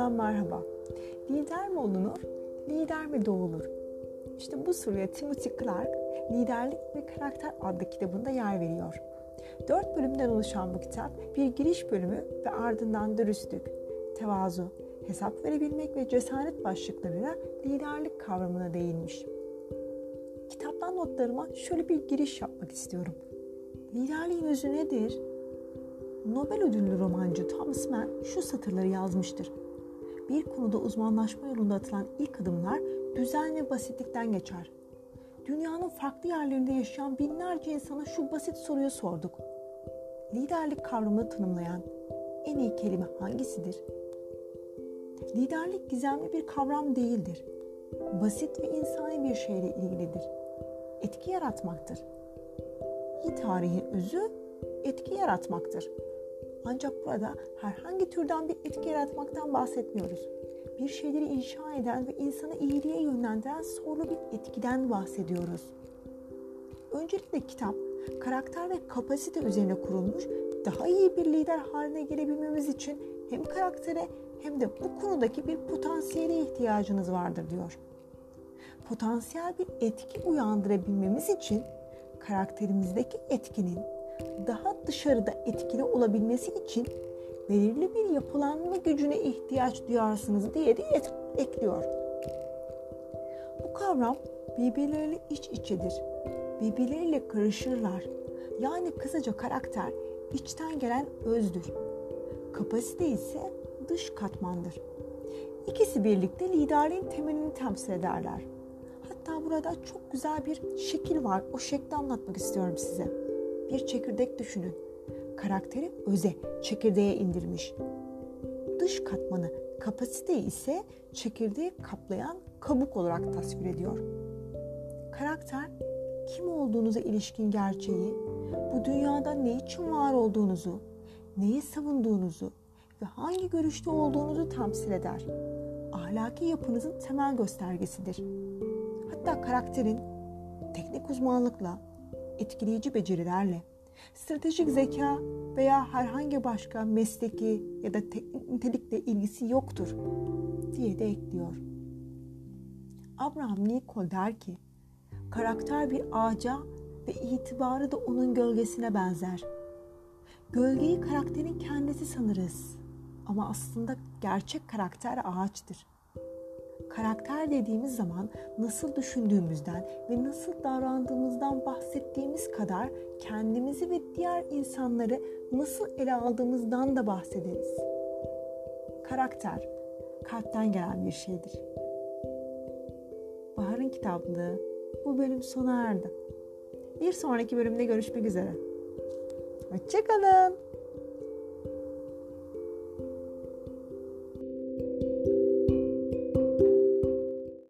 kitabından merhaba. Lider mi olunur, lider mi doğulur? İşte bu soruya Timothy Clark, Liderlik ve Karakter adlı kitabında yer veriyor. 4 bölümden oluşan bu kitap bir giriş bölümü ve ardından dürüstlük, tevazu, hesap verebilmek ve cesaret başlıklarıyla liderlik kavramına değinmiş. Kitaptan notlarıma şöyle bir giriş yapmak istiyorum. Liderliğin özü nedir? Nobel ödüllü romancı Thomas Mann şu satırları yazmıştır. Bir konuda uzmanlaşma yolunda atılan ilk adımlar düzen ve basitlikten geçer. Dünyanın farklı yerlerinde yaşayan binlerce insana şu basit soruyu sorduk. Liderlik kavramını tanımlayan en iyi kelime hangisidir? Liderlik gizemli bir kavram değildir. Basit ve insani bir şeyle ilgilidir. Etki yaratmaktır. İyi tarihin özü etki yaratmaktır. Ancak burada herhangi türden bir etki yaratmaktan bahsetmiyoruz. Bir şeyleri inşa eden ve insanı iyiliğe yönlendiren zorlu bir etkiden bahsediyoruz. Öncelikle kitap, karakter ve kapasite üzerine kurulmuş, daha iyi bir lider haline gelebilmemiz için hem karaktere hem de bu konudaki bir potansiyele ihtiyacınız vardır diyor. Potansiyel bir etki uyandırabilmemiz için karakterimizdeki etkinin daha dışarıda etkili olabilmesi için belirli bir yapılanma gücüne ihtiyaç duyarsınız diye de ekliyor. Bu kavram birbirleriyle iç içedir. Birbirleriyle karışırlar. Yani kısaca karakter içten gelen özdür. Kapasite ise dış katmandır. İkisi birlikte liderliğin temelini temsil ederler. Hatta burada çok güzel bir şekil var. O şekli anlatmak istiyorum size. Bir çekirdek düşünün. Karakteri öze, çekirdeğe indirmiş. Dış katmanı, kapasiteyi ise çekirdeği kaplayan kabuk olarak tasvir ediyor. Karakter, kim olduğunuza ilişkin gerçeği, bu dünyada ne için var olduğunuzu, neyi savunduğunuzu ve hangi görüşte olduğunuzu temsil eder. Ahlaki yapınızın temel göstergesidir. Hatta karakterin teknik uzmanlıkla, etkileyici becerilerle, stratejik zeka veya herhangi başka mesleki ya da teknik nitelikle ilgisi yoktur diye de ekliyor. Abraham Lincoln der ki, karakter bir ağaca ve itibarı da onun gölgesine benzer. Gölgeyi karakterin kendisi sanırız ama aslında gerçek karakter ağaçtır. Karakter dediğimiz zaman nasıl düşündüğümüzden ve nasıl davrandığımızdan bahsettiğimiz kadar kendimizi ve diğer insanları nasıl ele aldığımızdan da bahsederiz. Karakter, kalpten gelen bir şeydir. Bahar'ın kitaplığı bu bölüm sona erdi. Bir sonraki bölümde görüşmek üzere. Hoşça kalın.